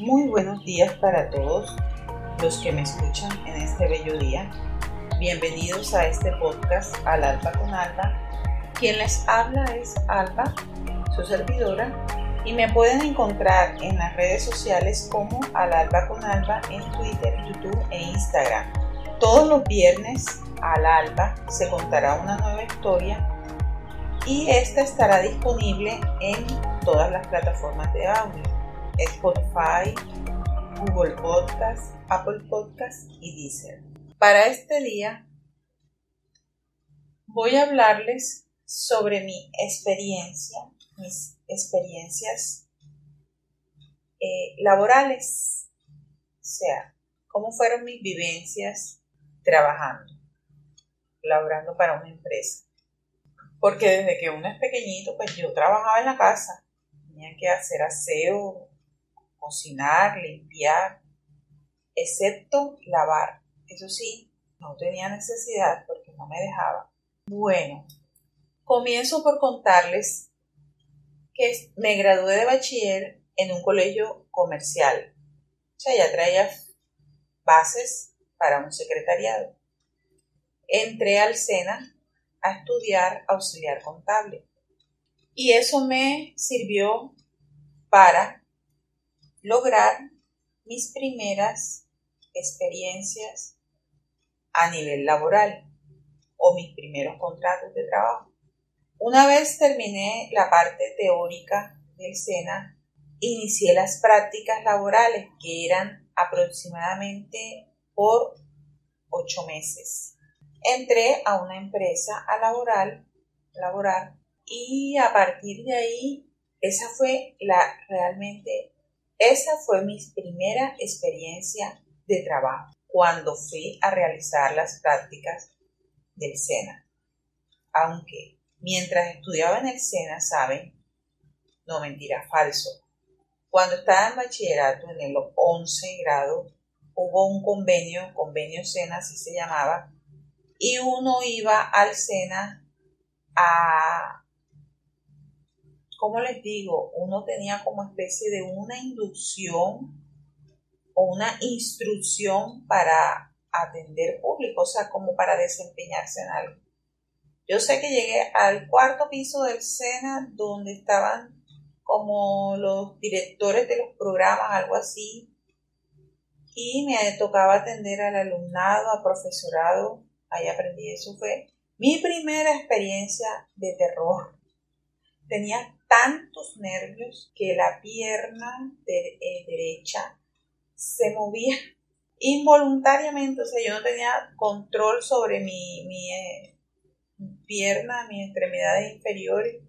Muy buenos días para todos los que me escuchan en este bello día. Bienvenidos a este podcast Al Alba con Alba. Quien les habla es Alba, su servidora, y me pueden encontrar en las redes sociales como Al Alba con Alba en Twitter, YouTube e Instagram. Todos los viernes al alba se contará una nueva historia y esta estará disponible en todas las plataformas de audio: Spotify, Google Podcast, Apple Podcast y Deezer. Para este día voy a hablarles sobre mis experiencias laborales, o sea, cómo fueron mis vivencias trabajando, laborando para una empresa. Porque desde que uno es pequeñito, pues yo trabajaba en la casa, tenía que hacer aseo, cocinar, limpiar, excepto lavar. Eso sí, no tenía necesidad porque no me dejaba. Bueno, comienzo por contarles que me gradué de bachiller en un colegio comercial. O sea, ya traía bases para un secretariado. Entré al SENA a estudiar auxiliar contable. Y eso me sirvió para lograr mis primeras experiencias a nivel laboral o mis primeros contratos de trabajo. Una vez terminé la parte teórica del SENA, inicié las prácticas laborales, que eran aproximadamente por 8 meses. Entré a una empresa a laborar y a partir de ahí esa fue mi primera experiencia de trabajo cuando fui a realizar las prácticas del SENA. Aunque mientras estudiaba en el SENA, ¿saben? No, mentira, falso. Cuando estaba en bachillerato, en el 11 grado, hubo un convenio SENA, así se llamaba, y uno iba al SENA ¿cómo les digo? Uno tenía como especie de una inducción o una instrucción para atender público, o sea, como para desempeñarse en algo. Yo sé que llegué al 4º piso del SENA, donde estaban como los directores de los programas, algo así, y me tocaba atender al alumnado, al profesorado. Ahí aprendí, eso fue mi primera experiencia de terror. Tenía tantos nervios que la pierna derecha se movía involuntariamente, o sea, yo no tenía control sobre mi pierna, mis extremidades inferiores.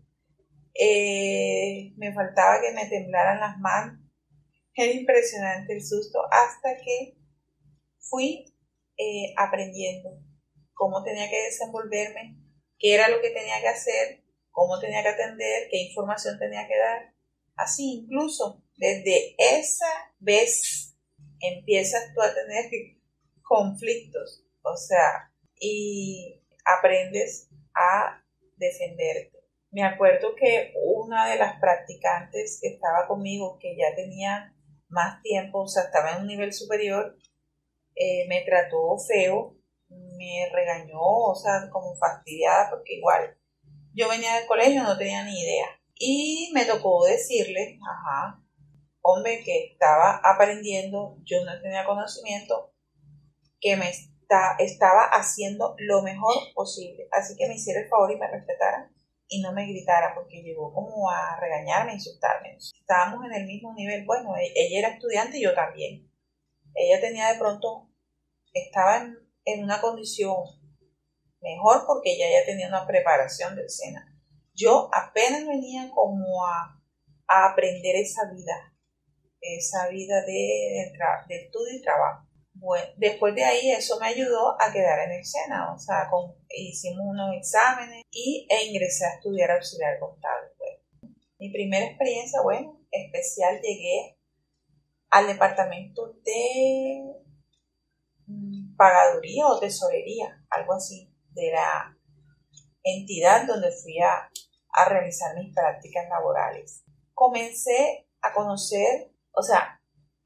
Me faltaba que me temblaran las manos. Era impresionante el susto hasta que fui aprendiendo cómo tenía que desenvolverme, qué era lo que tenía que hacer, cómo tenía que atender, qué información tenía que dar. Así, incluso desde esa vez empiezas tú a tener conflictos, o sea, y aprendes a defenderte. Me acuerdo que una de las practicantes que estaba conmigo, que ya tenía más tiempo, o sea, estaba en un nivel superior, me trató feo, me regañó, o sea, como fastidiada, porque igual yo venía del colegio, no tenía ni idea. Y me tocó decirle, hombre, que estaba aprendiendo, yo no tenía conocimiento, que me estaba haciendo lo mejor posible. Así que me hiciera el favor y me respetara y no me gritara, porque llegó como a regañarme, a insultarme. Estábamos en el mismo nivel. Bueno, ella era estudiante y yo también. Ella estaba en una condición mejor porque ella ya tenía una preparación del SENA. Yo apenas venía como a aprender esa vida de estudio y trabajo. Bueno, después de ahí eso me ayudó a quedar en el SENA, o sea, hicimos unos exámenes e ingresé a estudiar auxiliar contable. Bueno, mi primera experiencia, especial, llegué al departamento de pagaduría o tesorería, algo así, de la entidad donde fui a realizar mis prácticas laborales. Comencé a conocer, o sea,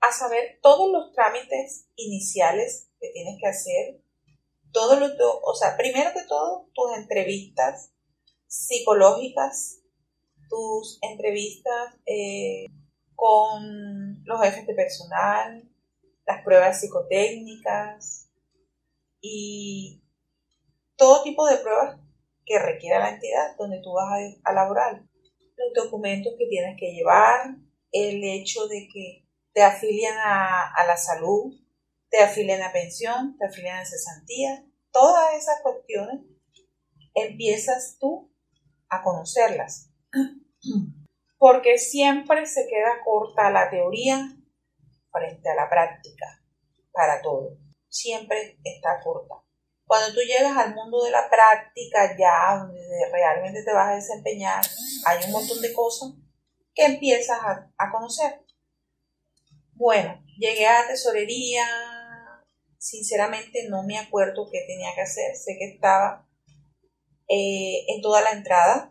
a saber todos los trámites iniciales que tienes que hacer, primero que todo, tus entrevistas psicológicas, tus entrevistas con los jefes de personal, las pruebas psicotécnicas y todo tipo de pruebas que requiera la entidad donde tú vas a laborar. Los documentos que tienes que llevar, el hecho de que te afilian a la salud, te afilian a pensión, te afilian a cesantía, todas esas cuestiones empiezas tú a conocerlas. Porque siempre se queda corta la teoría frente a la práctica para todo. Siempre está corta. Cuando tú llegas al mundo de la práctica, ya donde realmente te vas a desempeñar, hay un montón de cosas que empiezas a conocer. Bueno, llegué a tesorería, sinceramente no me acuerdo qué tenía que hacer, sé que estaba en toda la entrada,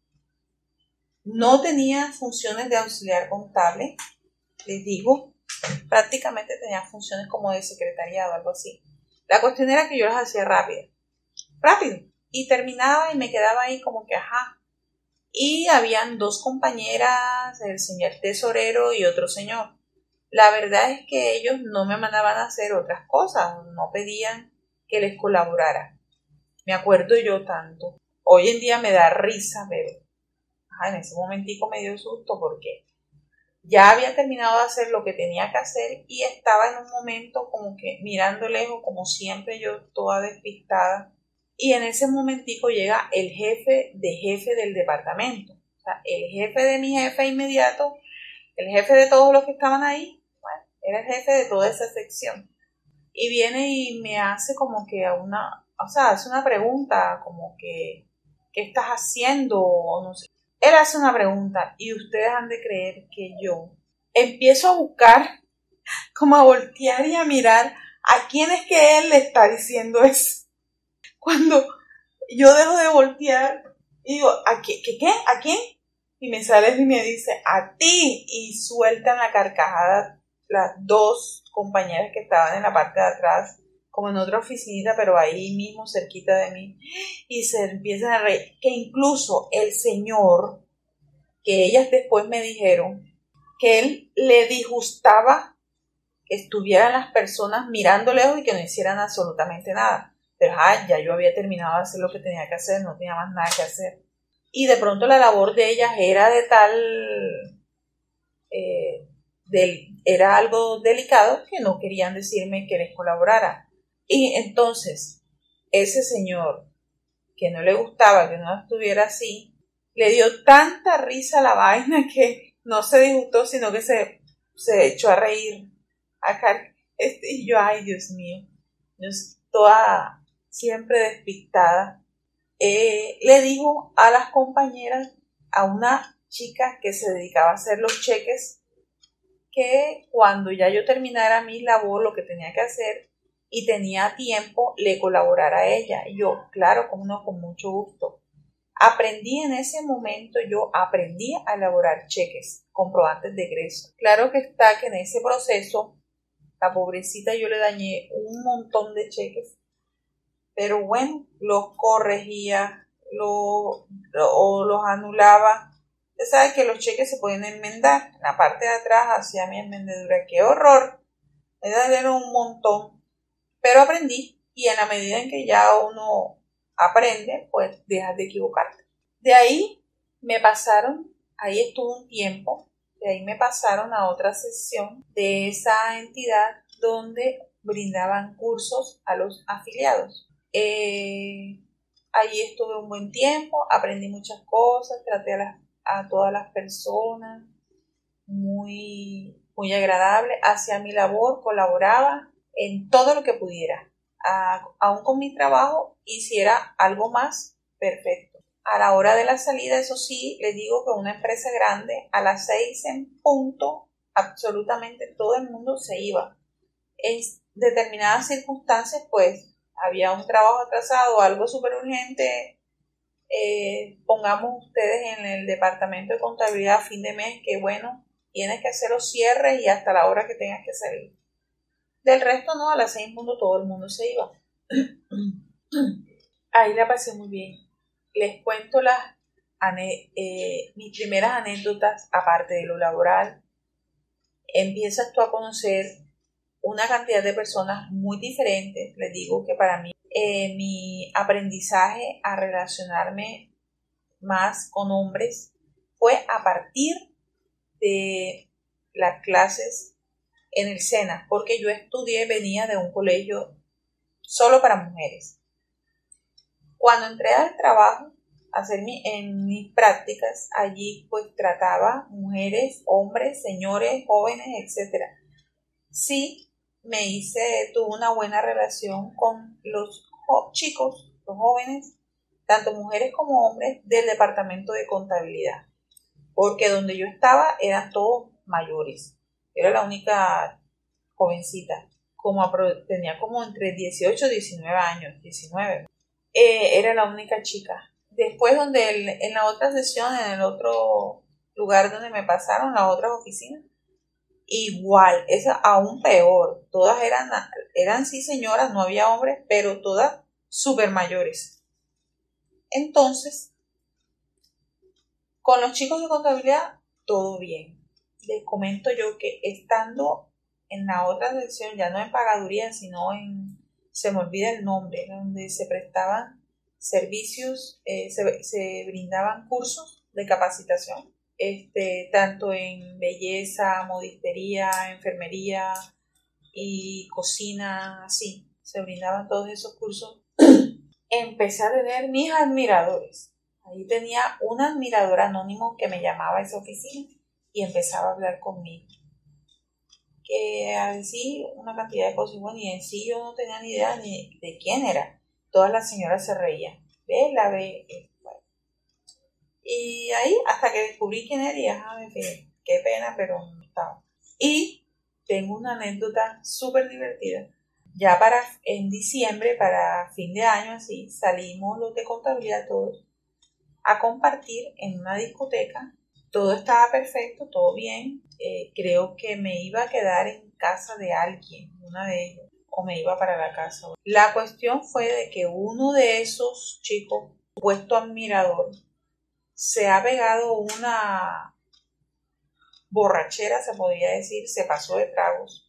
no tenía funciones de auxiliar contable, les digo, prácticamente tenía funciones como de secretariado, algo así. La cuestión era que yo las hacía rápido, y terminaba y me quedaba ahí como que ajá. Y habían dos compañeras, el señor tesorero y otro señor. La verdad es que ellos no me mandaban a hacer otras cosas, no pedían que les colaborara. Me acuerdo yo tanto. Hoy en día me da risa, pero en ese momentico me dio susto porque ya había terminado de hacer lo que tenía que hacer y estaba en un momento como que mirando lejos, como siempre yo toda despistada. Y en ese momentico llega el jefe del departamento. O sea, el jefe de mi jefe inmediato, el jefe de todos los que estaban ahí, bueno, era el jefe de toda esa sección. Y viene y me hace como que hace una pregunta como que, ¿qué estás haciendo? O no sé. Él hace una pregunta y ustedes han de creer que yo empiezo a buscar, como a voltear y a mirar a quién es que él le está diciendo eso. Cuando yo dejo de voltear y digo, ¿qué? ¿A quién? Y me sale y me dice, a ti. Y sueltan la carcajada las dos compañeras que estaban en la parte de atrás, como en otra oficinita, pero ahí mismo cerquita de mí. Y se empiezan a reír. Que incluso el señor, que ellas después me dijeron, que él le disgustaba que estuvieran las personas mirando lejos y que no hicieran absolutamente nada. Pero ya yo había terminado de hacer lo que tenía que hacer, no tenía más nada que hacer. Y de pronto la labor de ellas era de tal, era algo delicado que no querían decirme que les colaborara. Y entonces, ese señor que no le gustaba que no estuviera así, le dio tanta risa a la vaina que no se disgustó, sino que se echó a reír. Y yo, ay Dios mío, yo toda siempre despistada, le dijo a las compañeras, a una chica que se dedicaba a hacer los cheques, que cuando ya yo terminara mi labor, lo que tenía que hacer, y tenía tiempo, le colaborara a ella. Y yo, claro, como no, con mucho gusto. Aprendí en ese momento, yo aprendí a elaborar cheques, comprobantes de egreso. Claro que está que en ese proceso, la pobrecita yo le dañé un montón de cheques, pero bueno, los corregía o los anulaba. Usted sabe que los cheques se pueden enmendar. En la parte de atrás hacía mi enmendadura. ¡Qué horror! Me dieron un montón. Pero aprendí. Y en la medida en que ya uno aprende, pues dejas de equivocarte. De ahí ahí estuve un tiempo. De ahí me pasaron a otra sección de esa entidad donde brindaban cursos a los afiliados. Allí estuve un buen tiempo, aprendí muchas cosas, traté a todas las personas muy, muy agradable, hacía mi labor, colaboraba en todo lo que pudiera, aún con mi trabajo, hiciera algo más, perfecto. A la hora de la salida, eso sí, les digo que una empresa grande, a las 6 en punto, absolutamente todo el mundo se iba. En determinadas circunstancias, pues, había un trabajo atrasado, algo súper urgente, pongamos ustedes en el departamento de contabilidad a fin de mes, que bueno, tienes que hacer los cierres y hasta la hora que tengas que salir. Del resto no, a las 6:00 todo el mundo se iba. Ahí la pasé muy bien. Les cuento mis primeras anécdotas, aparte de lo laboral. Empiezas tú a conocer una cantidad de personas muy diferentes. Les digo que para mí mi aprendizaje a relacionarme más con hombres fue a partir de las clases en el SENA, porque yo venía de un colegio solo para mujeres. Cuando entré al trabajo, en mis prácticas, allí pues trataba mujeres, hombres, señores, jóvenes, etc. Sí, tuve una buena relación con los chicos, los jóvenes, tanto mujeres como hombres del departamento de contabilidad, porque donde yo estaba eran todos mayores. Era la única jovencita, tenía como entre 18 y 19 años, 19. Era la única chica. Después en la otra sesión, en el otro lugar donde me pasaron, las otras oficinas, igual, esa aún peor. Todas eran sí señoras, no había hombres, pero todas súper mayores. Entonces, con los chicos de contabilidad, todo bien. Les comento yo que estando en la otra sección, ya no en pagaduría, sino se me olvida el nombre, donde se prestaban servicios, se brindaban cursos de capacitación, tanto en belleza, modistería, enfermería y cocina, así, se brindaban todos esos cursos. Empecé a tener mis admiradores. Ahí tenía un admirador anónimo que me llamaba a esa oficina y empezaba a hablar conmigo, que a decir una cantidad de cosas. Bueno, y en sí yo no tenía ni idea ni de quién era. Todas las señoras se reían. Bueno. Y ahí hasta que descubrí quién era y en fin, qué pena, pero no estaba. Y tengo una anécdota súper divertida. Ya en diciembre, para fin de año, así, salimos los de contabilidad todos a compartir en una discoteca. Todo estaba perfecto, todo bien. Creo que me iba a quedar en casa de alguien, una de ellos, o me iba para la casa. La cuestión fue de que uno de esos chicos, puesto admirador, se ha pegado una borrachera, se podría decir, se pasó de tragos.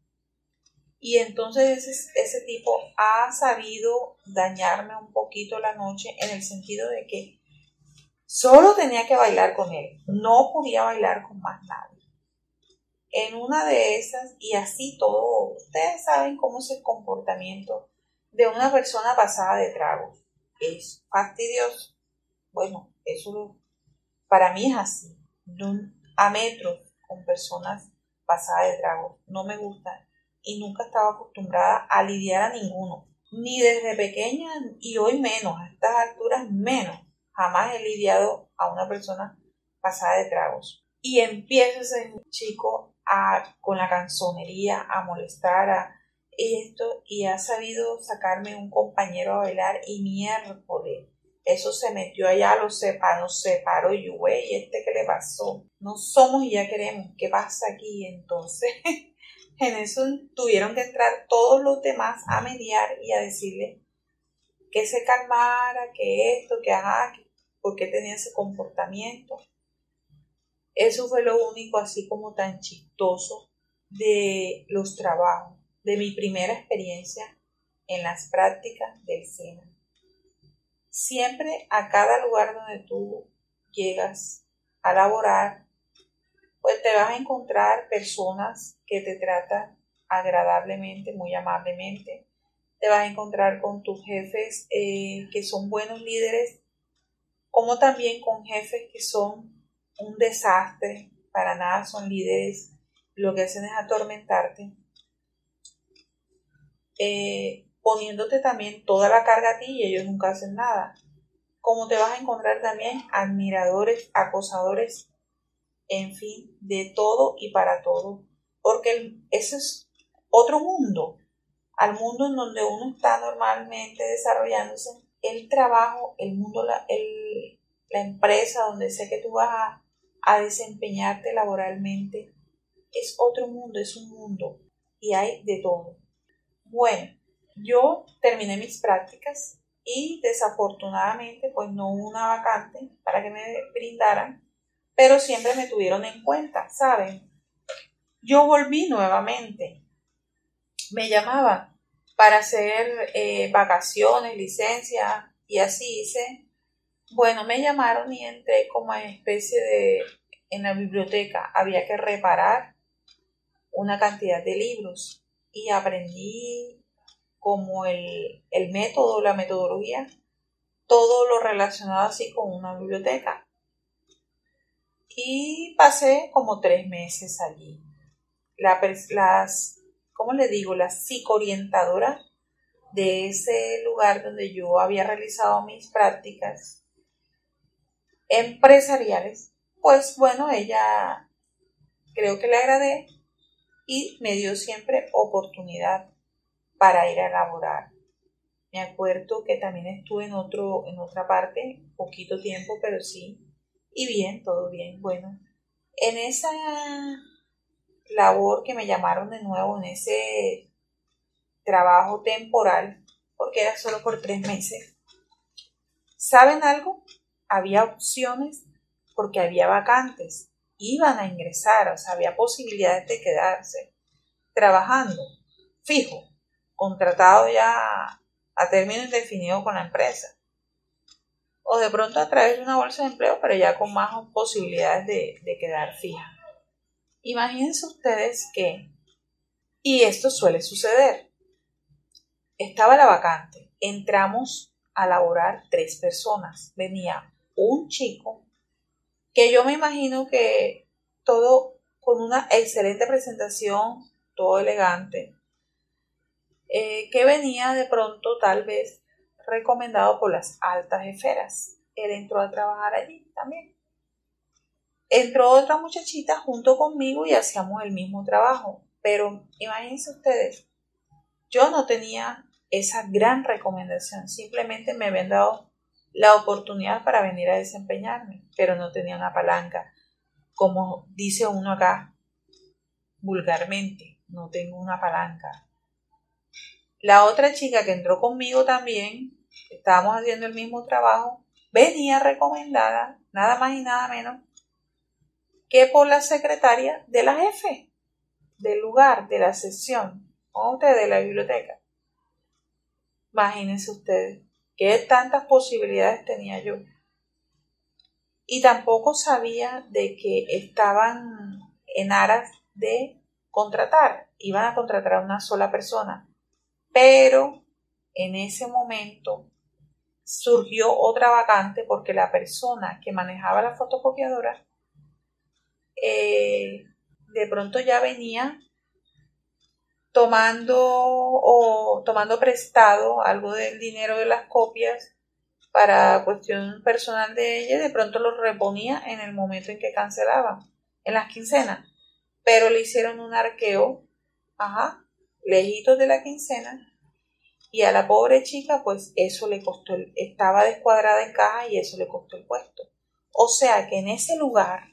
Y entonces ese tipo ha sabido dañarme un poquito la noche, en el sentido de que solo tenía que bailar con él, no podía bailar con más nadie. En una de esas, y así todo, ustedes saben cómo es el comportamiento de una persona pasada de tragos. Es fastidioso. Bueno, eso para mí es así. A metros con personas pasadas de tragos. No me gusta y nunca estaba acostumbrada a lidiar a ninguno. Ni desde pequeña y hoy menos, a estas alturas menos. Jamás he lidiado a una persona pasada de tragos. Y empieza ese chico con la canzonería a molestar a esto y ha sabido sacarme un compañero a bailar y miércoles. Eso se metió allá, nos separó y yo, güey, ¿qué le pasó? No somos y ya queremos. ¿Qué pasa aquí? Entonces, en eso tuvieron que entrar todos los demás a mediar y a decirle que se calmara, que por qué tenía ese comportamiento. Eso fue lo único así como tan chistoso de los trabajos, de mi primera experiencia en las prácticas del SENA. Siempre a cada lugar donde tú llegas a laborar, pues te vas a encontrar personas que te tratan agradablemente, muy amablemente. Te vas a encontrar con tus jefes que son buenos líderes, como también con jefes que son un desastre, para nada son líderes, lo que hacen es atormentarte, poniéndote también toda la carga a ti y ellos nunca hacen nada. Como te vas a encontrar también admiradores, acosadores, en fin, de todo y para todo, porque ese es otro mundo, al mundo en donde uno está normalmente desarrollándose, el trabajo, el mundo, la empresa donde sé que tú vas a desempeñarte laboralmente, es otro mundo, es un mundo y hay de todo. Bueno, yo terminé mis prácticas y desafortunadamente pues no hubo una vacante para que me brindaran, pero siempre me tuvieron en cuenta, ¿saben? Yo volví nuevamente, me llamaban para hacer vacaciones, licencias y así hice. Bueno, me llamaron y entré como en especie de, en la biblioteca había que reparar una cantidad de libros y aprendí como el método, la metodología, todo lo relacionado así con una biblioteca. Y pasé como 3 meses allí. ¿Cómo le digo? La psicoorientadora de ese lugar donde yo había realizado mis prácticas empresariales, pues bueno, ella creo que le agradé y me dio siempre oportunidad para ir a laborar. Me acuerdo que también estuve en otra parte, poquito tiempo, pero sí, y bien, todo bien. Bueno, en esa labor que me llamaron de nuevo, en ese trabajo temporal, porque era solo por 3 meses, ¿saben algo? Había opciones porque había vacantes, iban a ingresar, o sea, había posibilidades de quedarse trabajando, fijo, contratado ya a término indefinido con la empresa. O de pronto a través de una bolsa de empleo, pero ya con más posibilidades de quedar fija. Imagínense ustedes que, y esto suele suceder, estaba la vacante, entramos a laborar 3 personas, venía un chico, que yo me imagino que todo con una excelente presentación, todo elegante, que venía de pronto tal vez recomendado por las altas esferas. Él entró a trabajar allí también. Entró otra muchachita junto conmigo y hacíamos el mismo trabajo. Pero imagínense ustedes, yo no tenía esa gran recomendación. Simplemente me habían dado la oportunidad para venir a desempeñarme, pero no tenía una palanca. Como dice uno acá vulgarmente, no tengo una palanca. La otra chica que entró conmigo también, estábamos haciendo el mismo trabajo, venía recomendada nada más y nada menos que por la secretaria de la jefe del lugar, de la sección, o de la biblioteca. Imagínense ustedes qué tantas posibilidades tenía yo. Y tampoco sabía de que estaban en aras de contratar, iban a contratar a una sola persona. Pero en ese momento surgió otra vacante porque la persona que manejaba la fotocopiadora de pronto ya venía tomando prestado algo del dinero de las copias para cuestión personal de ella, de pronto lo reponía en el momento en que cancelaba, en las quincenas, pero le hicieron un arqueo, lejitos de la quincena, y a la pobre chica pues eso le costó, estaba descuadrada en caja y eso le costó el puesto. O sea que en ese lugar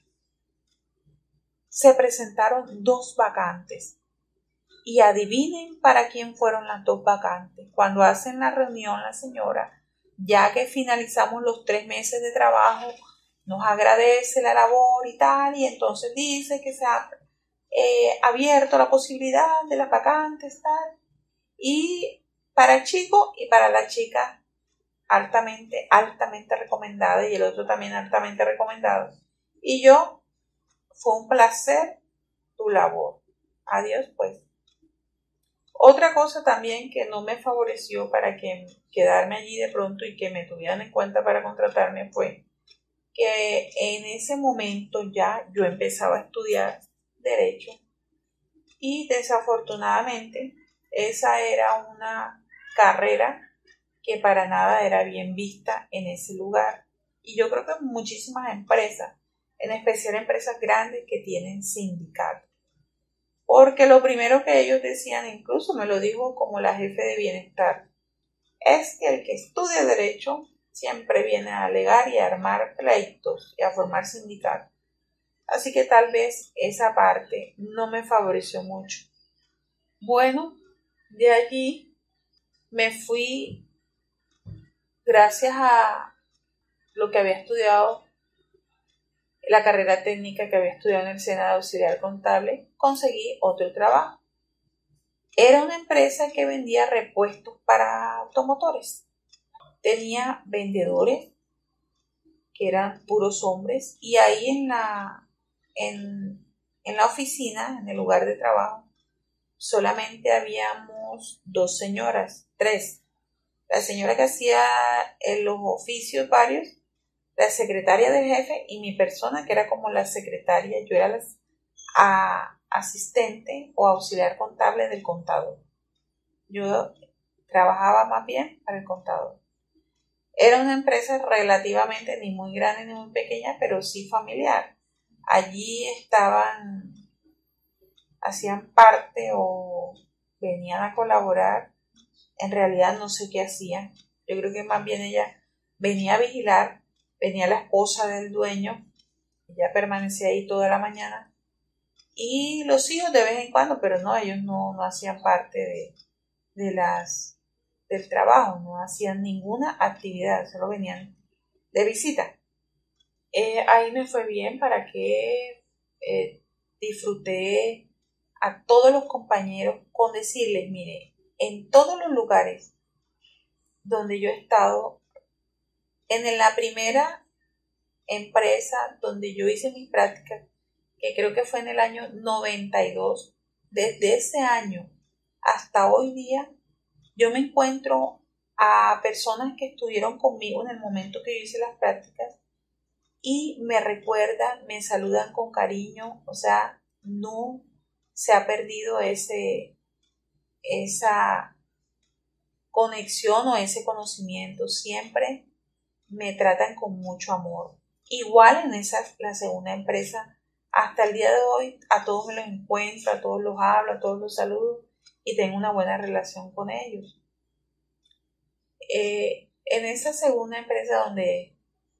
se presentaron 2 vacantes. Y adivinen para quién fueron las 2 vacantes. Cuando hacen la reunión la señora, ya que finalizamos los 3 meses de trabajo, nos agradece la labor y tal, y entonces dice que se ha abierto la posibilidad de las vacantes, tal, y para el chico y para la chica altamente, altamente recomendada, y el otro también altamente recomendado. Y yo, fue un placer tu labor. Adiós, pues. Otra cosa también que no me favoreció para que quedarme allí de pronto y que me tuvieran en cuenta para contratarme fue que en ese momento ya yo empezaba a estudiar derecho y desafortunadamente esa era una carrera que para nada era bien vista en ese lugar. Y yo creo que muchísimas empresas, en especial empresas grandes que tienen sindicatos. Porque lo primero que ellos decían, incluso me lo dijo como la jefe de bienestar, es que el que estudia derecho siempre viene a alegar y a armar pleitos y a formar sindicatos. Así que tal vez esa parte no me favoreció mucho. Bueno, de allí me fui, gracias a lo que había estudiado, la carrera técnica que había estudiado en el SENA de auxiliar contable, conseguí otro trabajo. Era una empresa que vendía repuestos para automotores. Tenía vendedores que eran puros hombres y ahí en la oficina, en el lugar de trabajo, solamente habíamos 2 señoras, 3. La señora que hacía los oficios varios, la secretaria del jefe y mi persona, que era como la secretaria. Yo era la asistente o auxiliar contable del contador. Yo trabajaba más bien para el contador. Era una empresa relativamente ni muy grande ni muy pequeña, pero sí familiar. Allí hacían parte o venían a colaborar. En realidad no sé qué hacían. Yo creo que más bien ella venía a vigilar, venía la esposa del dueño, ella permanecía ahí toda la mañana, y los hijos de vez en cuando, pero no, ellos no hacían parte del trabajo, no hacían ninguna actividad, solo venían de visita. Ahí me fue bien, para que disfruté a todos los compañeros con decirles, mire, en todos los lugares donde yo he estado, en la primera empresa donde yo hice mis prácticas, que creo que fue en el año 92, desde ese año hasta hoy día, yo me encuentro a personas que estuvieron conmigo en el momento que yo hice las prácticas y me recuerdan, me saludan con cariño, o sea, no se ha perdido esa conexión o ese conocimiento, siempre me tratan con mucho amor. Igual en la segunda empresa, hasta el día de hoy, a todos me los encuentro, a todos los hablo, a todos los saludo y tengo una buena relación con ellos. En esa segunda empresa donde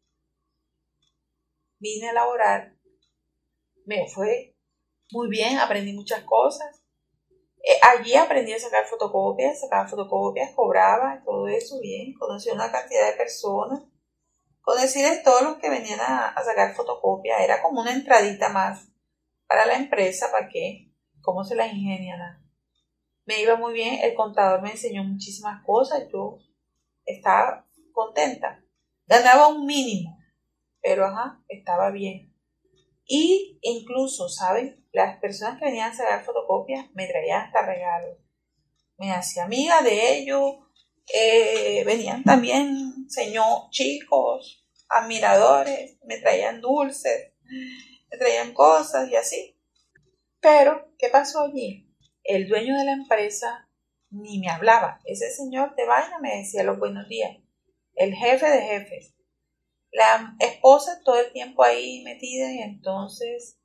vine a laborar, me fue muy bien, aprendí muchas cosas. Allí aprendí a sacar fotocopias, cobraba, todo eso bien, conocí una cantidad de personas. Con decirles todos los que venían a sacar fotocopias, era como una entradita más para la empresa, ¿para qué? ¿Cómo se las ingenian? Me iba muy bien, el contador me enseñó muchísimas cosas, yo estaba contenta. Ganaba un mínimo, pero estaba bien. Y incluso, ¿saben? Las personas que venían a sacar fotocopias me traían hasta regalos. Me hacía amiga de ellos. Venían también chicos, admiradores, me traían dulces, me traían cosas y así. Pero, ¿qué pasó allí? El dueño de la empresa ni me hablaba. Ese señor de vaina me decía los buenos días. El jefe de jefes. La esposa todo el tiempo ahí metida, y entonces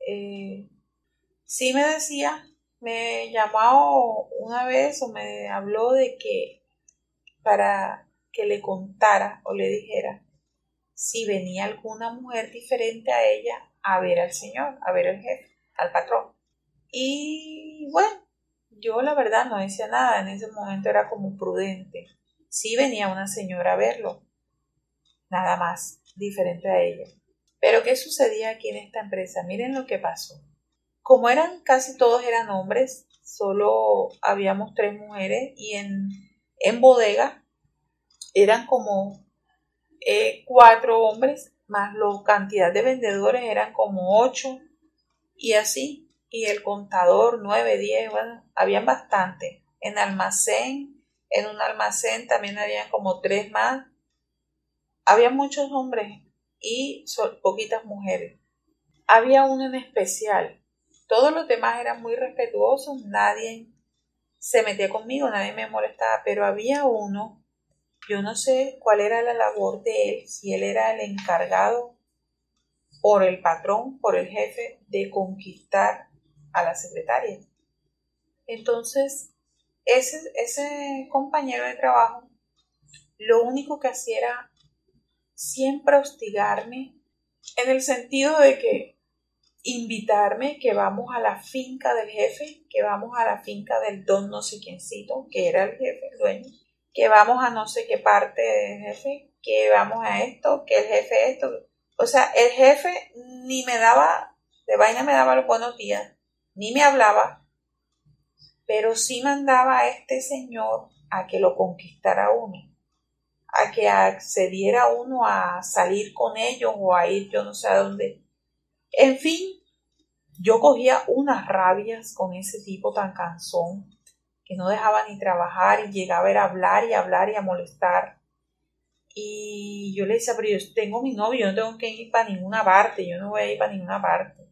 sí me decía, me llamó una vez o me habló de que para que le contara o le dijera si venía alguna mujer diferente a ella a ver al señor, a ver al jefe, al patrón. Y bueno, yo la verdad no decía nada, en ese momento era como prudente. Sí venía una señora a verlo, nada más, diferente a ella. Pero ¿qué sucedía aquí en esta empresa? Miren lo que pasó. Como casi todos eran hombres, solo habíamos 3 mujeres, y en bodega eran como 4 hombres, más la cantidad de vendedores eran como 8 y así. Y el contador 9, 10, bueno, habían bastante. En un almacén también habían como 3 más. Había muchos hombres y poquitas mujeres. Había uno en especial. Todos los demás eran muy respetuosos, nadie se metía conmigo, nadie me molestaba, pero había uno. Yo no sé cuál era la labor de él, si él era el encargado por el patrón, por el jefe, de conquistar a la secretaria. Entonces, ese compañero de trabajo, lo único que hacía era siempre hostigarme, en el sentido de que invitarme que vamos a la finca del jefe, que vamos a la finca del don no sé quiéncito, que era el jefe, el dueño, que vamos a no sé qué parte del jefe, que vamos a esto, que el jefe esto. O sea, el jefe ni me daba, de vaina me daba los buenos días, ni me hablaba, pero sí mandaba a este señor a que lo conquistara uno, a que accediera uno a salir con ellos o a ir yo no sé a dónde. En fin, yo cogía unas rabias con ese tipo tan cansón que no dejaba ni trabajar y llegaba a hablar y hablar y a molestar. Y yo le decía, pero yo tengo mi novio, yo no tengo que ir para ninguna parte, yo no voy a ir para ninguna parte.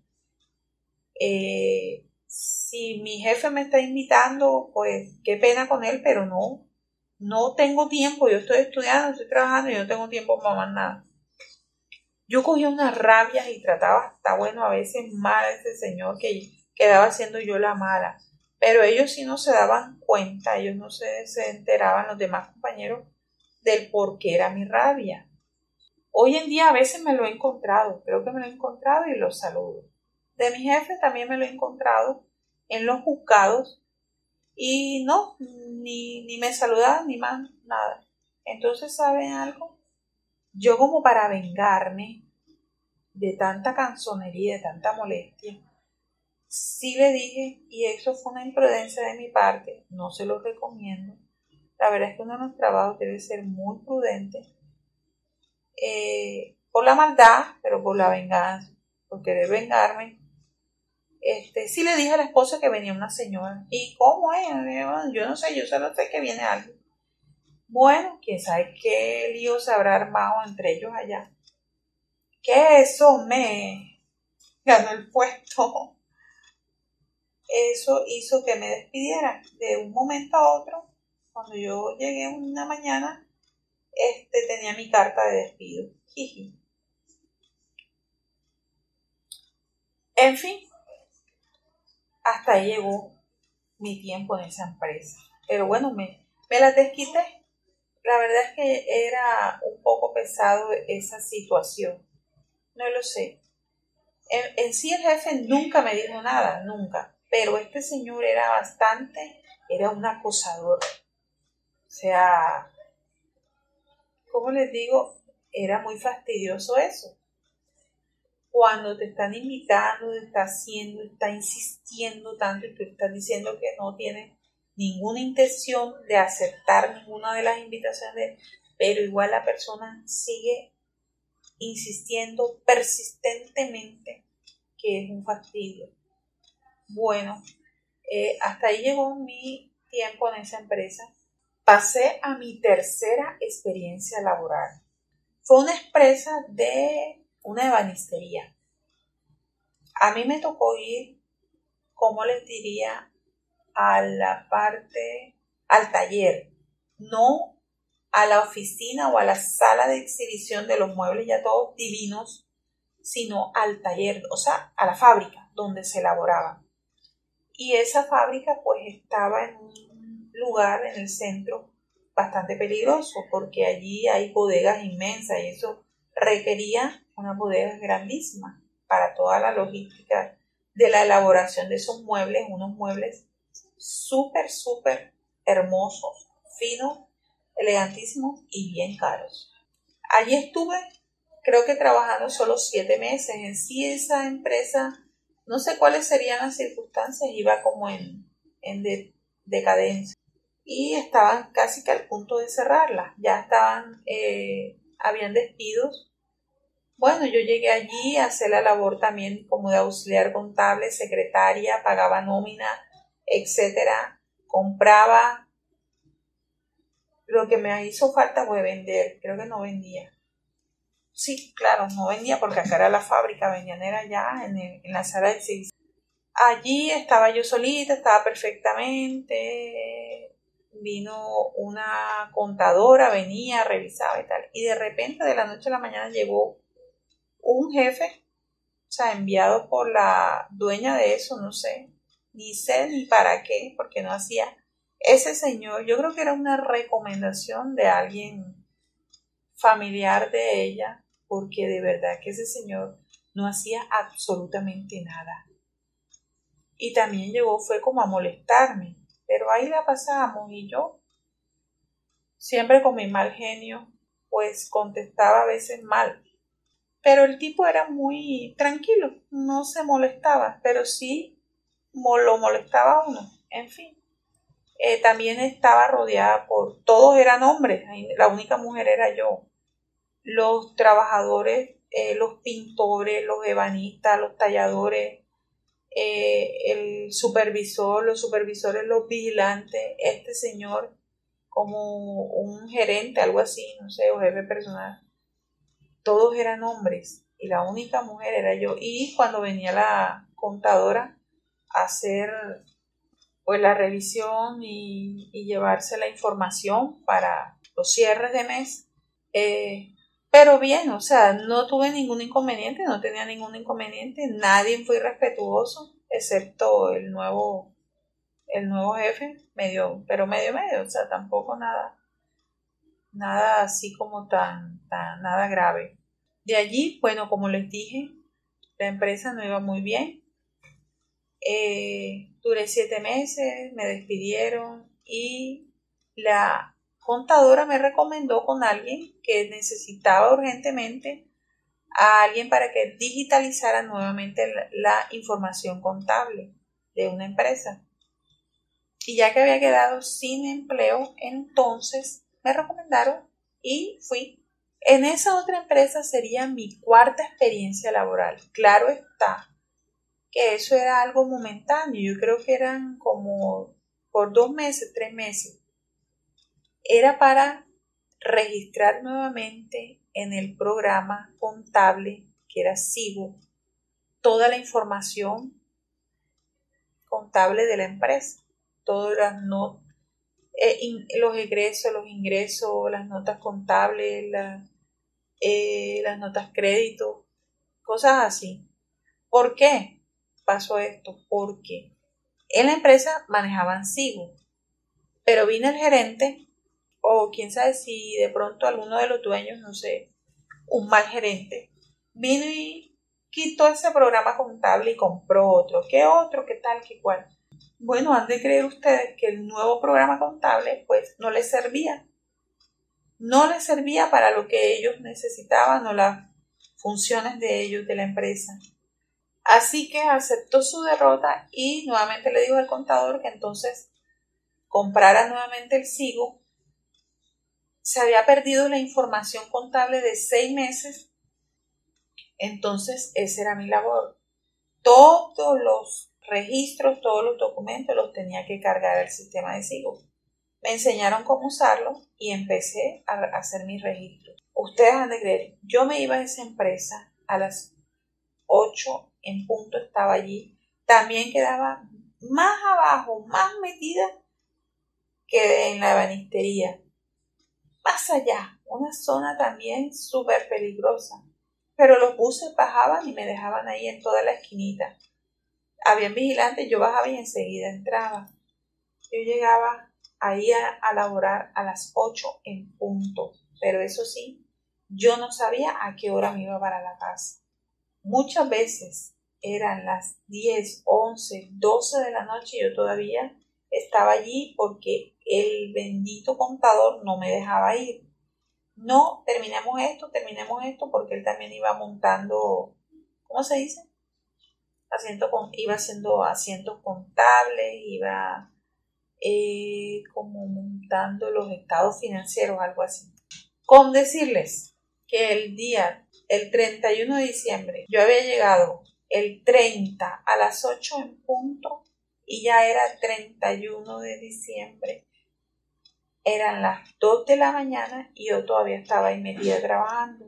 Si mi jefe me está invitando, pues qué pena con él, pero no tengo tiempo, yo estoy estudiando, estoy trabajando y no tengo tiempo para más nada. Yo cogía unas rabias y trataba hasta, bueno, a veces mal a ese señor que quedaba siendo yo la mala. Pero ellos sí no se daban cuenta, ellos no se enteraban, los demás compañeros, del por qué era mi rabia. Hoy en día a veces me lo he encontrado, creo que me lo he encontrado y lo saludo. De mi jefe también me lo he encontrado en los juzgados y no, ni me saludaban ni más nada. Entonces, ¿saben algo? Yo como para vengarme de tanta canzonería, de tanta molestia, sí le dije, y eso fue una imprudencia de mi parte, no se lo recomiendo. La verdad es que uno en los trabajos debe ser muy prudente, por la maldad, pero por la venganza, por querer vengarme. Sí le dije a la esposa que venía una señora. ¿Y cómo es? Yo no sé, yo solo sé que viene alguien. Bueno, quién sabe qué lío se habrá armado entre ellos allá. Que eso me ganó el puesto. Eso hizo que me despidiera de un momento a otro. Cuando yo llegué una mañana, tenía mi carta de despido. Jiji. En fin, hasta ahí llegó mi tiempo en esa empresa. Pero bueno, me la desquité. La verdad es que era un poco pesado esa situación. No lo sé. En sí el jefe nunca me dijo nada, nunca. Pero este señor era un acosador. O sea, ¿cómo les digo? Era muy fastidioso eso. Cuando te están invitando, te está haciendo, está insistiendo tanto y tú estás diciendo que no tienes ninguna intención de aceptar ninguna de las invitaciones, pero igual la persona sigue insistiendo persistentemente que es un fastidio. Bueno, hasta ahí llegó mi tiempo en esa empresa. Pasé a mi tercera experiencia laboral. Fue una empresa de una ebanistería. A mí me tocó ir, ¿cómo les diría? Al taller, no a la oficina o a la sala de exhibición de los muebles ya todos divinos, sino al taller, o sea, a la fábrica donde se elaboraban. Y esa fábrica pues estaba en un lugar en el centro bastante peligroso porque allí hay bodegas inmensas y eso requería unas bodegas grandísimas para toda la logística de la elaboración de esos muebles, unos muebles súper hermosos, finos, elegantísimos y bien caros. Allí estuve, creo que trabajando solo 7 meses. En sí esa empresa, no sé cuáles serían las circunstancias, iba como en decadencia. Y estaban casi que al punto de cerrarla. Ya habían despidos. Bueno, yo llegué allí a hacer la labor también como de auxiliar contable, secretaria, pagaba nómina, etcétera. Compraba. Lo que me hizo falta fue vender. Creo que no vendía. Sí, claro, no vendía porque acá era la fábrica, vendían era allá en la sala de exhibición. Allí estaba yo solita, estaba perfectamente. Vino una contadora, venía, revisaba y tal. Y de repente, de la noche a la mañana, llegó un jefe, o sea, enviado por la dueña de eso, no sé ni para qué, porque no hacía. Ese señor, yo creo que era una recomendación de alguien familiar de ella, porque de verdad que ese señor no hacía absolutamente nada. Y también fue como a molestarme, pero ahí la pasábamos y yo, siempre con mi mal genio, pues contestaba a veces mal. Pero el tipo era muy tranquilo, no se molestaba, pero sí lo molestaba a uno, en fin. También estaba rodeada todos eran hombres, la única mujer era yo. Los trabajadores, los pintores, los ebanistas, los talladores, el supervisor, los supervisores, los vigilantes, este señor como un gerente, algo así, no sé, o jefe personal. Todos eran hombres y la única mujer era yo. Y cuando venía la contadora a hacer pues la revisión y llevarse la información para los cierres de mes, pero bien, o sea, no tuve ningún inconveniente, no tenía ningún inconveniente, nadie fue irrespetuoso, excepto el nuevo jefe, pero medio, o sea, tampoco nada así como nada grave. De allí, bueno, como les dije, la empresa no iba muy bien. Duré 7 meses, me despidieron y la contadora me recomendó con alguien que necesitaba urgentemente a alguien para que digitalizara nuevamente la información contable de una empresa. Y ya que había quedado sin empleo, entonces me recomendaron y fui. En esa otra empresa sería mi cuarta experiencia laboral. Claro está que eso era algo momentáneo. Yo creo que eran como por 2 meses, 3 meses. Era para registrar nuevamente en el programa contable que era SIGO toda la información contable de la empresa. Todas los egresos, los ingresos, las notas contables, las notas crédito, cosas así. ¿Por qué pasó esto? Porque en la empresa manejaban SIGO, pero vino el gerente, o quién sabe si de pronto alguno de los dueños, no sé, un mal gerente, vino y quitó ese programa contable y compró otro. ¿Qué otro? ¿Qué tal? ¿Qué cual? Bueno, han de creer ustedes que el nuevo programa contable pues no les servía. No les servía para lo que ellos necesitaban o las funciones de ellos, de la empresa. Así que aceptó su derrota y nuevamente le dijo al contador que entonces comprara nuevamente el SIGO. Se había perdido la información contable de 6 meses, entonces esa era mi labor. Todos los registros, todos los documentos los tenía que cargar al sistema de SIGO. Me enseñaron cómo usarlo y empecé a hacer mis registros. Ustedes han de creer, yo me iba a esa empresa a las 8 en punto, estaba allí. También quedaba más abajo, más metida que en la ebanistería. Más allá, una zona también súper peligrosa. Pero los buses bajaban y me dejaban ahí en toda la esquinita. Habían vigilantes, yo bajaba y enseguida entraba. Yo llegaba ahí a laborar a las 8 en punto. Pero eso sí, yo no sabía a qué hora me iba para la casa. Muchas veces eran las 10, 11, 12 de la noche y yo todavía estaba allí porque el bendito contador no me dejaba ir. No, terminemos esto, porque él también iba montando, ¿cómo se dice? Iba haciendo asientos contables, iba como montando los estados financieros, algo así. Con decirles que el 31 de diciembre, yo había llegado el 30 a las 8 en punto y ya era 31 de diciembre. Eran las 2 de la mañana y yo todavía estaba ahí metida trabajando.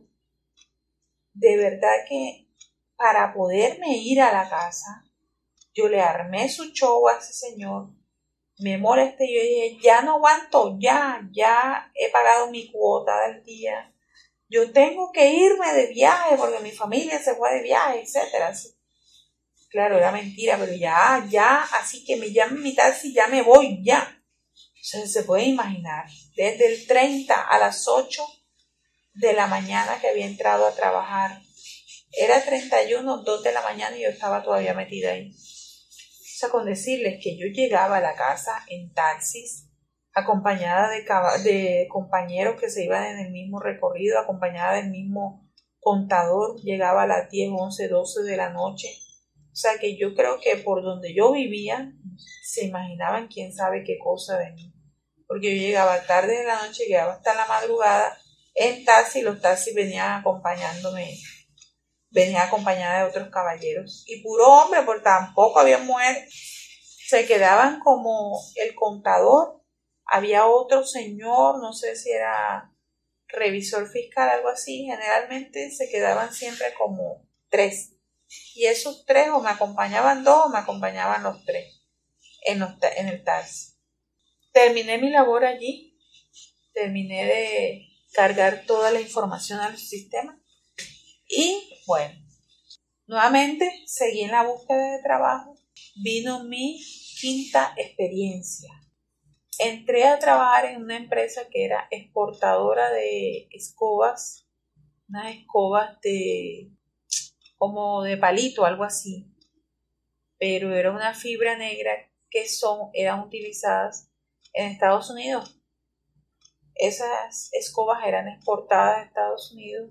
De verdad que para poderme ir a la casa, yo le armé su show a ese señor, me molesté, yo dije, ya no aguanto, ya he pagado mi cuota del día, yo tengo que irme de viaje porque mi familia se fue de viaje, etcétera. Claro, era mentira, pero ya, así que me llamen mi taxi, ya me voy, ya. Entonces se puede imaginar, desde el 30 a las 8 de la mañana que había entrado a trabajar, Era 31, 2 de la mañana y yo estaba todavía metida ahí. O sea, con decirles que yo llegaba a la casa en taxis, acompañada de compañeros que se iban en el mismo recorrido, acompañada del mismo contador, llegaba a las 10, 11, 12 de la noche. O sea que yo creo que por donde yo vivía, se imaginaban quién sabe qué cosa de mí. Porque yo llegaba tarde de la noche, llegaba hasta la madrugada en taxi, los taxis venían acompañándome, venía acompañada de otros caballeros. Y puro hombre, porque tampoco había mujeres. Se quedaban como el contador, había otro señor, no sé si era revisor fiscal, algo así. Generalmente se quedaban siempre como 3. Y esos 3 o me acompañaban 2 o me acompañaban los 3 en el taxi. Terminé mi labor allí, terminé de cargar toda la información al sistema y bueno, nuevamente seguí en la búsqueda de trabajo. Vino mi quinta experiencia. Entré a trabajar en una empresa que era exportadora de escobas, unas escobas como de palito, algo así, pero era una fibra negra que eran utilizadas en Estados Unidos. Esas escobas eran exportadas a Estados Unidos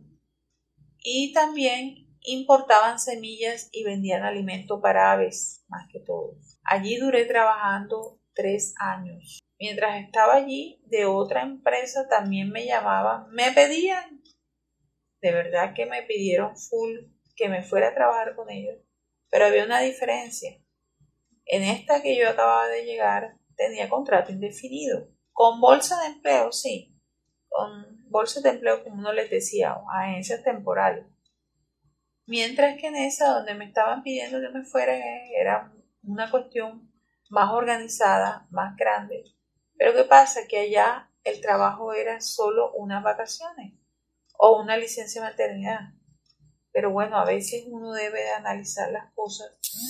y también importaban semillas y vendían alimento para aves, más que todo. Allí duré trabajando 3 años. Mientras estaba allí, de otra empresa también me llamaban, me pedían, de verdad que me pidieron full que me fuera a trabajar con ellos, pero había una diferencia. En esta que yo acababa de llegar, tenía contrato indefinido, con bolsa de empleo, sí, con bolsas de empleo, como uno les decía, agencias temporales. Mientras que en esa donde me estaban pidiendo que me fuera, era una cuestión más organizada, más grande. Pero ¿qué pasa? Que allá el trabajo era solo unas vacaciones o una licencia de maternidad. Pero bueno, a veces uno debe de analizar las cosas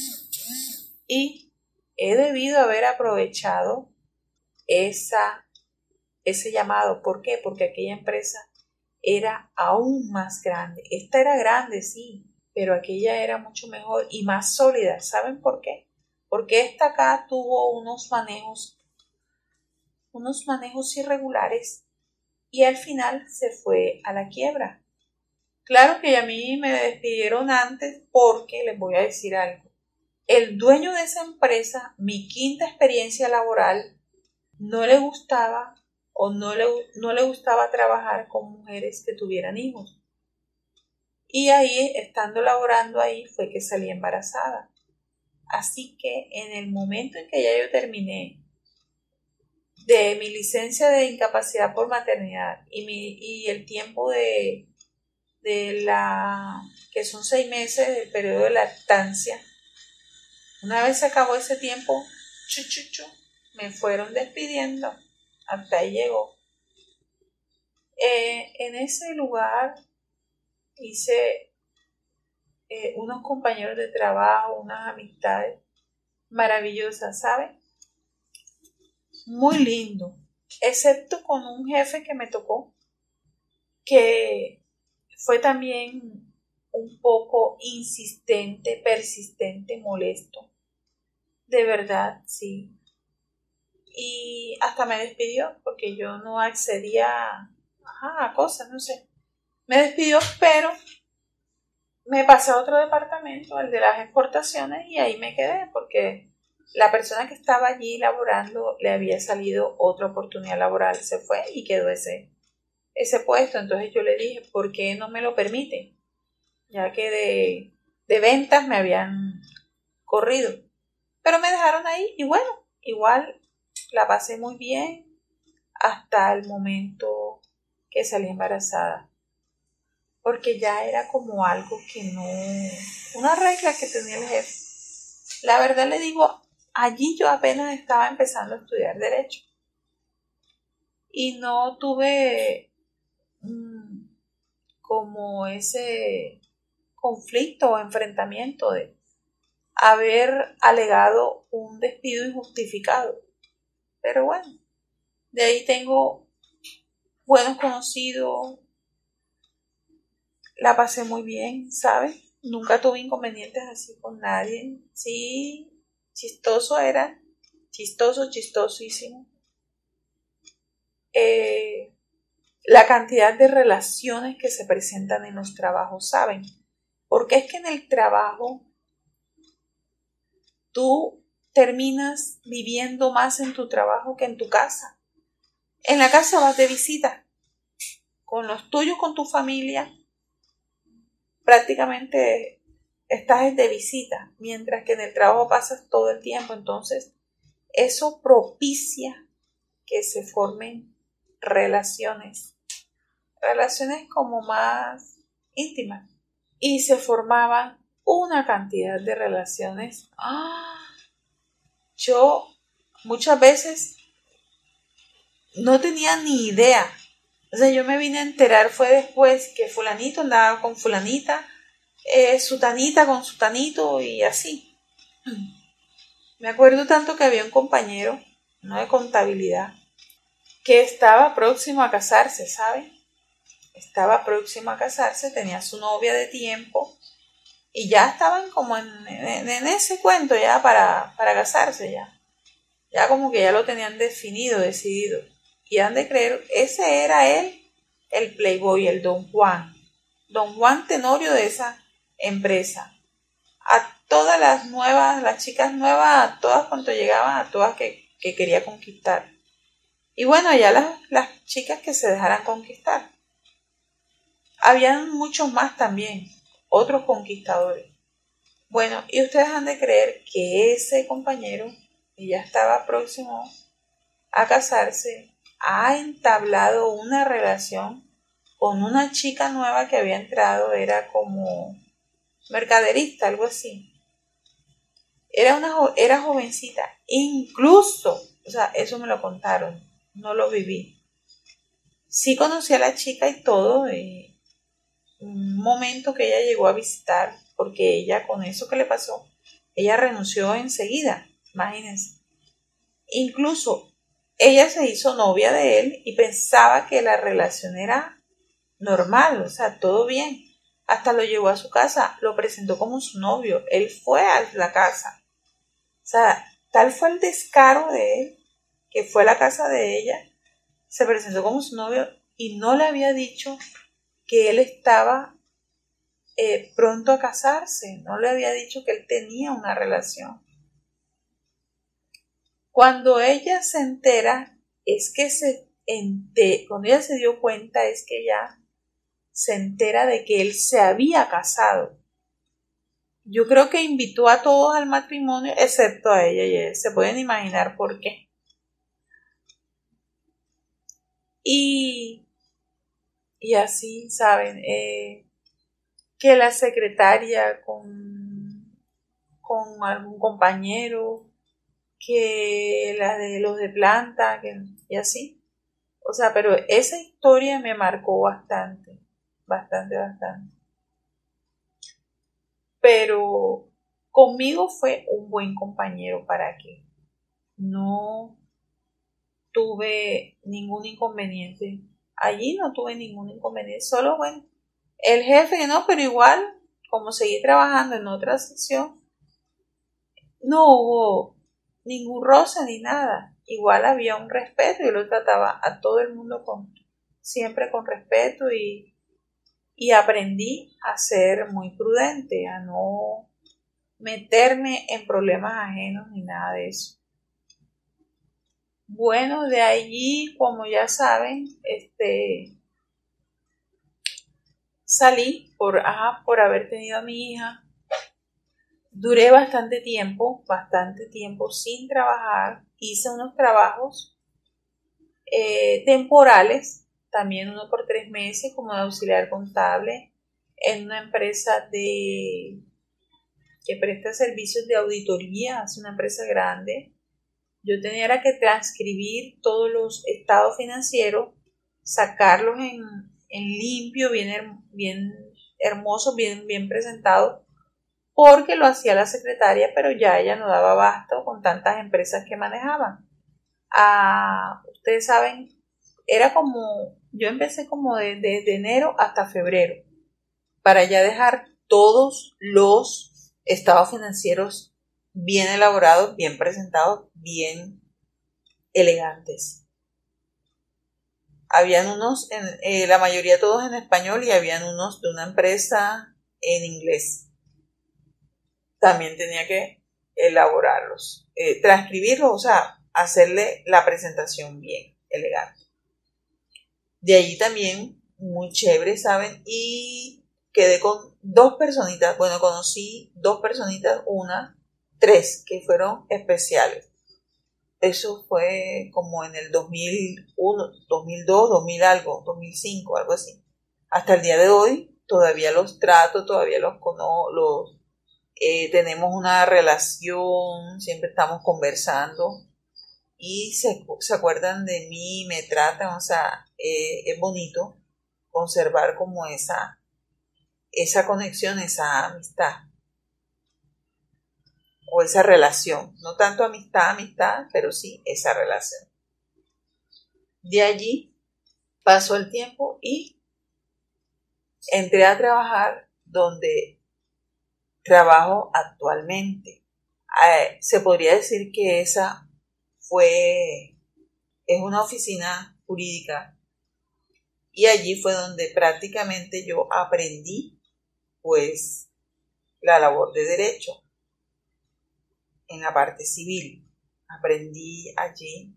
y he debido haber aprovechado ese llamado. ¿Por qué? Porque aquella empresa era aún más grande. Esta era grande, sí, pero aquella era mucho mejor y más sólida. ¿Saben por qué? Porque esta acá tuvo unos manejos irregulares y al final se fue a la quiebra. Claro que a mí me despidieron antes porque les voy a decir algo. El dueño de esa empresa, mi quinta experiencia laboral, no le gustaba o no le gustaba trabajar con mujeres que tuvieran hijos. Y ahí, estando laborando ahí, fue que salí embarazada. Así que en el momento en que ya yo terminé de mi licencia de incapacidad por maternidad y el tiempo de que son 6 meses del periodo de lactancia, una vez se acabó ese tiempo, me fueron despidiendo, hasta ahí llegó. En ese lugar hice unos compañeros de trabajo, unas amistades maravillosas, ¿saben? Muy lindo, excepto con un jefe que me tocó, que fue también un poco insistente, persistente, molesto. De verdad, sí. Y hasta me despidió porque yo no accedía a cosas, no sé. Me despidió, pero me pasé a otro departamento, el de las exportaciones, y ahí me quedé porque la persona que estaba allí laborando le había salido otra oportunidad laboral, se fue y quedó ese puesto. Entonces yo le dije, ¿por qué no me lo permite? Ya que de ventas me habían corrido. Pero me dejaron ahí y bueno, igual la pasé muy bien hasta el momento que salí embarazada. Porque ya era como algo que no, una regla que tenía el jefe. La verdad le digo, allí yo apenas estaba empezando a estudiar derecho y no tuve como ese conflicto o enfrentamiento de haber alegado un despido injustificado. Pero bueno, de ahí tengo buenos conocidos. la pasé muy bien, ¿sabes? Nunca tuve inconvenientes así con nadie. Sí, chistoso era, chistosísimo. La cantidad de relaciones que se presentan en los trabajos, ¿saben? Porque es que en el trabajo tú terminas viviendo más en tu trabajo que en tu casa. En la casa vas de visita con los tuyos, con tu familia, prácticamente estás de visita, mientras que en el trabajo pasas todo el tiempo. Entonces, eso propicia que se formen relaciones como más íntimas. Y se formaban una cantidad de relaciones. Yo muchas veces no tenía ni idea. O sea, yo me vine a enterar fue después que fulanito andaba con fulanita, sutanita con sutanito y así. Me acuerdo tanto que había un compañero, no de contabilidad, que estaba próximo a casarse, ¿sabe? Estaba próximo a casarse, tenía su novia de tiempo y ya estaban como en ese cuento ya para casarse ya. Ya como que ya lo tenían definido, decidido. Y han de creer, ese era él, el playboy, el Don Juan Tenorio de esa empresa. A todas las chicas nuevas, a todas cuando llegaban, a todas que quería conquistar. Y bueno, ya las chicas que se dejaran conquistar. Habían muchos más también, otros conquistadores. Bueno, y ustedes han de creer que ese compañero, que ya estaba próximo a casarse, ha entablado una relación con una chica nueva que había entrado, era como mercaderista, algo así. Era jovencita, incluso, o sea, eso me lo contaron, no lo viví. Sí conocí a la chica y todo, un momento que ella llegó a visitar, porque ella con eso que le pasó, ella renunció enseguida, imagínense. Incluso ella se hizo novia de él y pensaba que la relación era normal, o sea, todo bien. Hasta lo llevó a su casa, lo presentó como su novio, él fue a la casa. O sea, tal fue el descaro de él, que fue a la casa de ella, se presentó como su novio y no le había dicho que él estaba pronto a casarse, no le había dicho que él tenía una relación. Cuando ella se entera, cuando ella se dio cuenta, es que ya se entera de que él se había casado. Yo creo que invitó a todos al matrimonio, excepto a ella, y se pueden imaginar por qué. Y así, ¿saben? Que la secretaria con algún compañero, que la de los de planta, y así. O sea, pero esa historia me marcó bastante. Pero conmigo fue un buen compañero para que no tuve ningún inconveniente. Allí no tuve ningún inconveniente, solo bueno, el jefe no, pero igual, como seguí trabajando en otra sección, no hubo ningún roce ni nada. Igual había un respeto, yo lo trataba a todo el mundo siempre con respeto y aprendí a ser muy prudente, a no meterme en problemas ajenos ni nada de eso. Bueno, de allí, como ya saben, salí por haber tenido a mi hija. Duré bastante tiempo sin trabajar. Hice unos trabajos temporales, también uno por 3 meses como de auxiliar contable en una empresa que presta servicios de auditoría, es una empresa grande. Yo tenía que transcribir todos los estados financieros, sacarlos en limpio, bien hermosos, bien presentados, porque lo hacía la secretaria, pero ya ella no daba abasto con tantas empresas que manejaban. Ustedes saben, yo empecé como de enero hasta febrero. para ya dejar todos los estados financieros bien elaborados, bien presentados, bien elegantes. Habían unos, la mayoría todos en español, y habían unos de una empresa en inglés. También tenía que elaborarlos, transcribirlos, o sea, hacerle la presentación bien, elegante. De allí también, muy chévere, ¿saben? Y quedé con 2 personitas, bueno, conocí 2 personitas, tres, que fueron especiales. Eso fue como en el 2001, 2002, 2000 algo, 2005, algo así. Hasta el día de hoy todavía los trato, todavía los conozco, tenemos una relación, siempre estamos conversando y se acuerdan de mí, me tratan, o sea, es bonito conservar como esa conexión, esa amistad o esa relación, no tanto amistad, pero sí esa relación. De allí pasó el tiempo y entré a trabajar donde trabajo actualmente. Se podría decir que es una oficina jurídica, y allí fue donde prácticamente yo aprendí pues la labor de derecho en la parte civil. Aprendí allí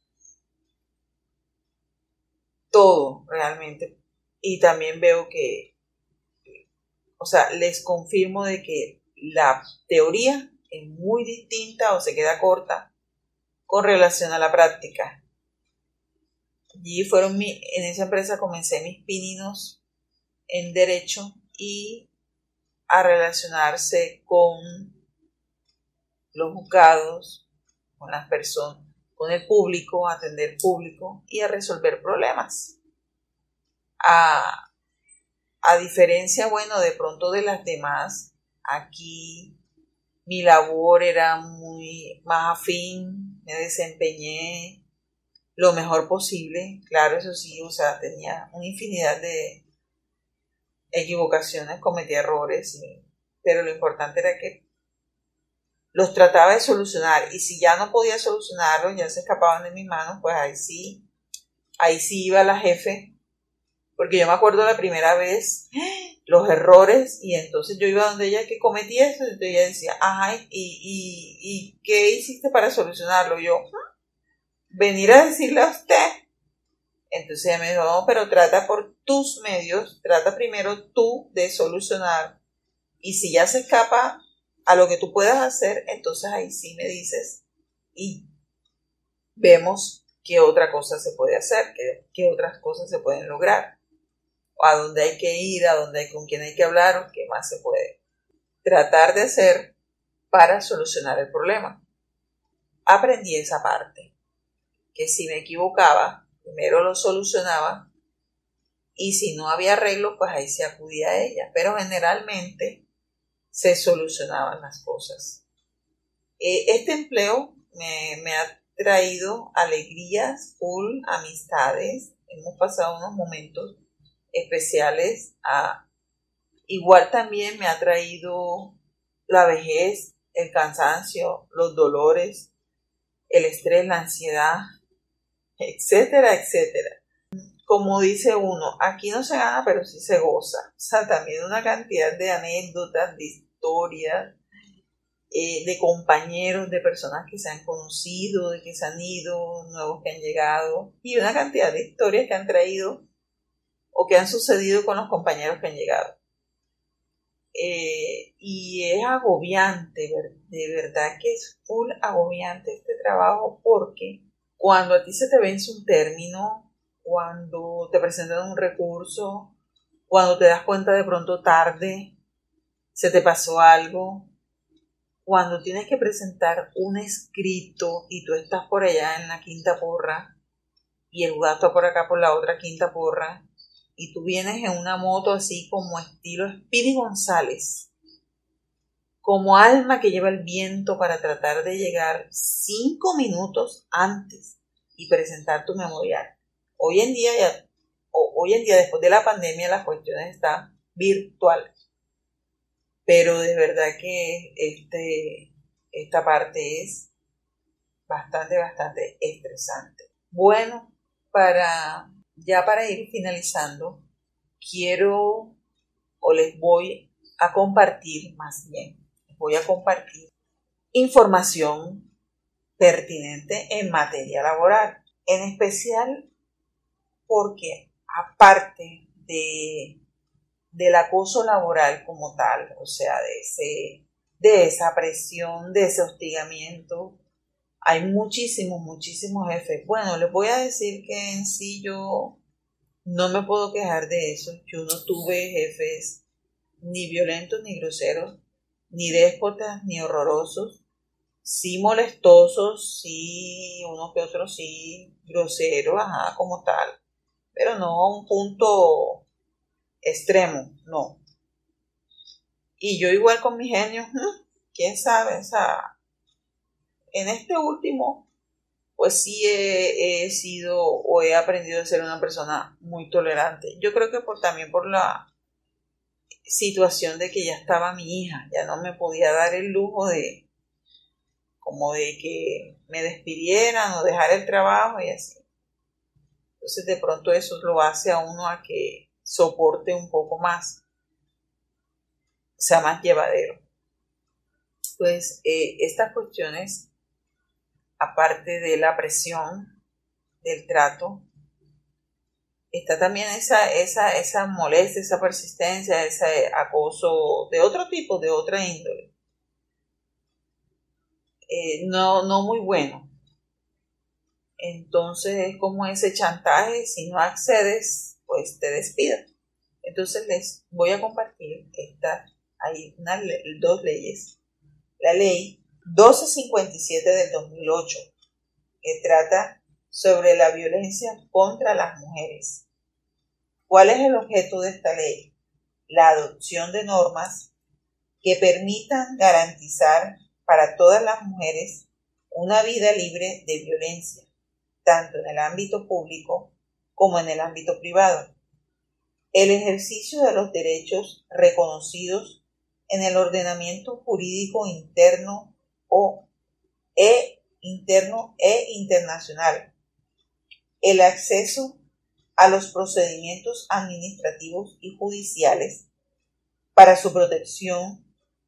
todo realmente, y también veo que, o sea, les confirmo de que la teoría es muy distinta o se queda corta con relación a la práctica. Allí en esa empresa comencé mis pininos en derecho y a relacionarse con los juzgados, con las personas, con el público, a atender público y a resolver problemas. A diferencia, bueno, de pronto de las demás, aquí mi labor era muy más afín, me desempeñé lo mejor posible, claro, eso sí, o sea, tenía una infinidad de equivocaciones, cometí errores, pero lo importante era que los trataba de solucionar, y si ya no podía solucionarlos, ya se escapaban de mis manos, pues ahí sí iba la jefe, porque yo me acuerdo la primera vez los errores, y entonces yo iba donde ella que cometía eso, entonces ella decía, ajá, ¿y qué hiciste para solucionarlo? Yo, venir a decirle a usted. Entonces ella me dijo, no, pero trata por tus medios, trata primero tú de solucionar, y si ya se escapa a lo que tú puedas hacer, entonces ahí sí me dices y vemos qué otra cosa se puede hacer, qué otras cosas se pueden lograr, a dónde hay que ir, con quién hay que hablar, o qué más se puede tratar de hacer para solucionar el problema. Aprendí esa parte, que si me equivocaba, primero lo solucionaba, y si no había arreglo, pues ahí se acudía a ella, pero generalmente se solucionaban las cosas. Este empleo me ha traído alegrías, full, amistades, hemos pasado unos momentos especiales. Igual también me ha traído la vejez, el cansancio, los dolores, el estrés, la ansiedad, etcétera, etcétera. Como dice uno, aquí no se gana, pero sí se goza. O sea, también una cantidad de anécdotas, de historias, de compañeros, de personas que se han conocido, de que se han ido, nuevos que han llegado, y una cantidad de historias que han traído o que han sucedido con los compañeros que han llegado. Y es agobiante, de verdad que es full agobiante este trabajo, porque cuando a ti se te vence un término, cuando te presentan un recurso, cuando te das cuenta de pronto tarde, se te pasó algo, cuando tienes que presentar un escrito y tú estás por allá en la quinta porra y el juzgado está por acá por la otra quinta porra, y tú vienes en una moto así como estilo Speedy González, como alma que lleva el viento, para tratar de llegar 5 minutos antes y presentar tu memorial. Hoy en día, después de la pandemia, las cuestiones están virtual. Pero de verdad que esta parte es bastante estresante. Bueno, para ir finalizando, quiero o les voy a compartir, más bien, les voy a compartir información pertinente en materia laboral, en especial porque aparte del acoso laboral como tal, o sea, de esa presión, de ese hostigamiento, hay muchísimos jefes. Bueno, les voy a decir que en sí yo no me puedo quejar de eso. Yo no tuve jefes ni violentos ni groseros, ni déspotas ni horrorosos. Sí molestosos, sí uno que otro sí grosero, ajá, como tal. Pero no a un punto extremo, no. Y yo igual con mis genios, quién sabe, o sea, en este último, pues sí he sido o he aprendido a ser una persona muy tolerante. Yo creo que también por la situación de que ya estaba mi hija, ya no me podía dar el lujo de que me despidieran o dejar el trabajo y así. Entonces de pronto eso lo hace a uno a que soporte un poco más, sea más llevadero. Pues estas cuestiones, aparte de la presión del trato, está también esa molestia, esa persistencia, ese acoso de otro tipo, de otra índole. No muy bueno. Entonces es como ese chantaje, si no accedes, pues te despidan. Entonces les voy a compartir hay dos leyes. La ley 1257 del 2008, que trata sobre la violencia contra las mujeres. ¿Cuál es el objeto de esta ley? La adopción de normas que permitan garantizar para todas las mujeres una vida libre de violencia, tanto en el ámbito público como en el ámbito privado. El ejercicio de los derechos reconocidos en el ordenamiento jurídico interno e internacional. El acceso a los procedimientos administrativos y judiciales para su protección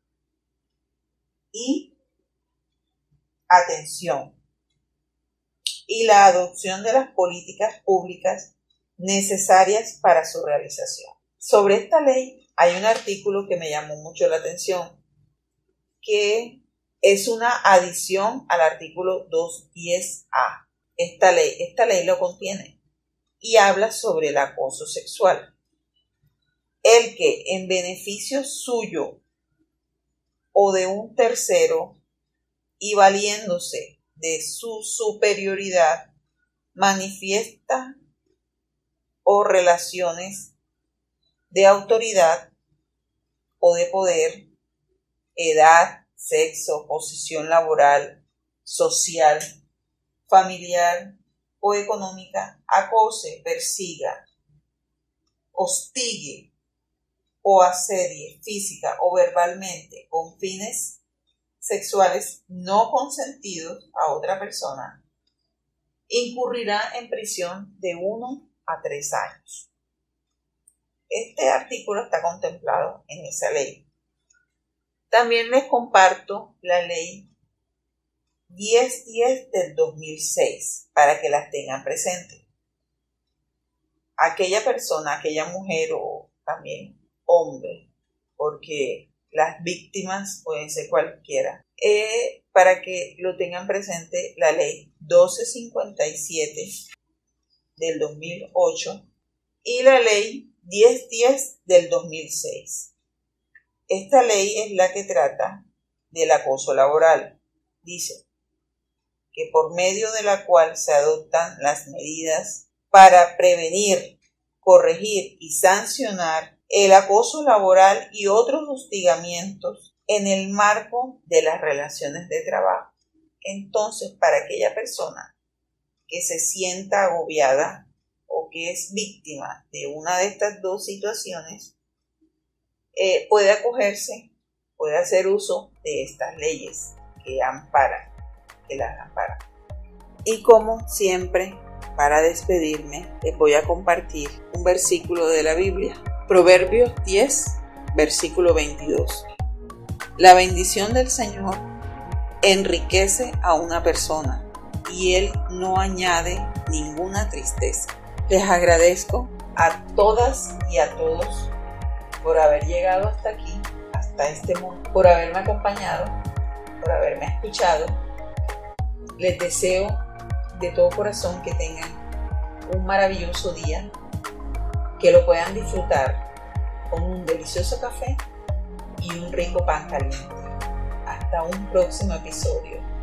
y atención, y la adopción de las políticas públicas necesarias para su realización. Sobre esta ley hay un artículo que me llamó mucho la atención, que es una adición al artículo 210A. Esta ley lo contiene y habla sobre el acoso sexual. El que en beneficio suyo o de un tercero y valiéndose de su superioridad manifiesta o relaciones de autoridad o de poder, edad, sexo, posición laboral, social, familiar o económica, acose, persiga, hostigue o asedie física o verbalmente con fines sexuales no consentidos a otra persona, incurrirá en prisión de 1 a 3 años. Este artículo está contemplado en esa ley. También les comparto la ley 1010 del 2006 para que las tengan presentes. Aquella persona, aquella mujer o también hombre, porque las víctimas pueden ser cualquiera, para que lo tengan presente la ley 1257 del 2008 y la ley 1010 del 2006. Esta ley es la que trata del acoso laboral. Dice que por medio de la cual se adoptan las medidas para prevenir, corregir y sancionar el acoso laboral y otros hostigamientos en el marco de las relaciones de trabajo. Entonces, para aquella persona que se sienta agobiada o que es víctima de una de estas dos situaciones, puede acogerse, puede hacer uso de estas leyes que las amparan. Y como siempre, para despedirme, les voy a compartir un versículo de la Biblia. Proverbios 10, versículo 22. La bendición del Señor enriquece a una persona y Él no añade ninguna tristeza. Les agradezco a todas y a todos por haber llegado hasta aquí, hasta este momento, por haberme acompañado, por haberme escuchado. Les deseo de todo corazón que tengan un maravilloso día, que lo puedan disfrutar con un delicioso café y un rico pan caliente. Hasta un próximo episodio.